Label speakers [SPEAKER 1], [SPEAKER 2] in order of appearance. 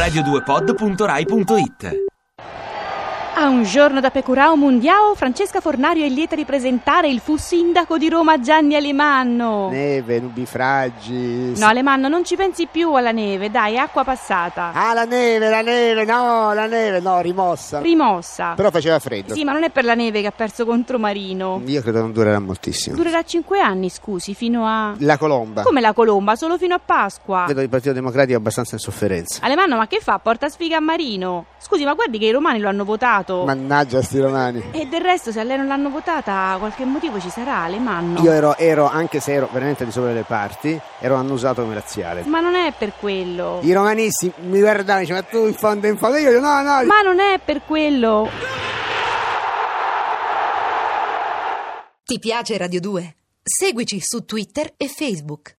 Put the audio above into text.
[SPEAKER 1] radio2pod.rai.it.
[SPEAKER 2] A un giorno da Pecurao Mundiao, Francesca Fornario è lieta di presentare il fu sindaco di Roma Gianni Alemanno.
[SPEAKER 3] Neve, nubifragi.
[SPEAKER 2] No, Alemanno, non ci pensi più alla neve, dai, è acqua passata.
[SPEAKER 3] Ah, la neve, no, rimossa.
[SPEAKER 2] Rimossa.
[SPEAKER 3] Però faceva freddo.
[SPEAKER 2] Sì, ma non è per la neve che ha perso contro Marino.
[SPEAKER 3] Io credo non durerà moltissimo.
[SPEAKER 2] Durerà 5 anni, scusi, fino a...
[SPEAKER 3] La colomba.
[SPEAKER 2] Come la colomba? Solo fino a Pasqua.
[SPEAKER 3] Vedo il Partito Democratico abbastanza in sofferenza.
[SPEAKER 2] Alemanno, ma che fa? Porta sfiga a Marino. Scusi, ma guardi che i romani lo hanno votato.
[SPEAKER 3] Mannaggia sti romani.
[SPEAKER 2] E del resto, se a lei non l'hanno votata, qualche motivo ci sarà, Alemanno.
[SPEAKER 3] Io ero, anche se ero veramente di sopra le parti, ero annusato come razziale.
[SPEAKER 2] Ma non è per quello.
[SPEAKER 3] I romanisti mi guardavano e dicevano: ma tu in fondo, io dico, no.
[SPEAKER 2] Ma non è per quello.
[SPEAKER 4] Ti piace Radio 2? Seguici su Twitter e Facebook.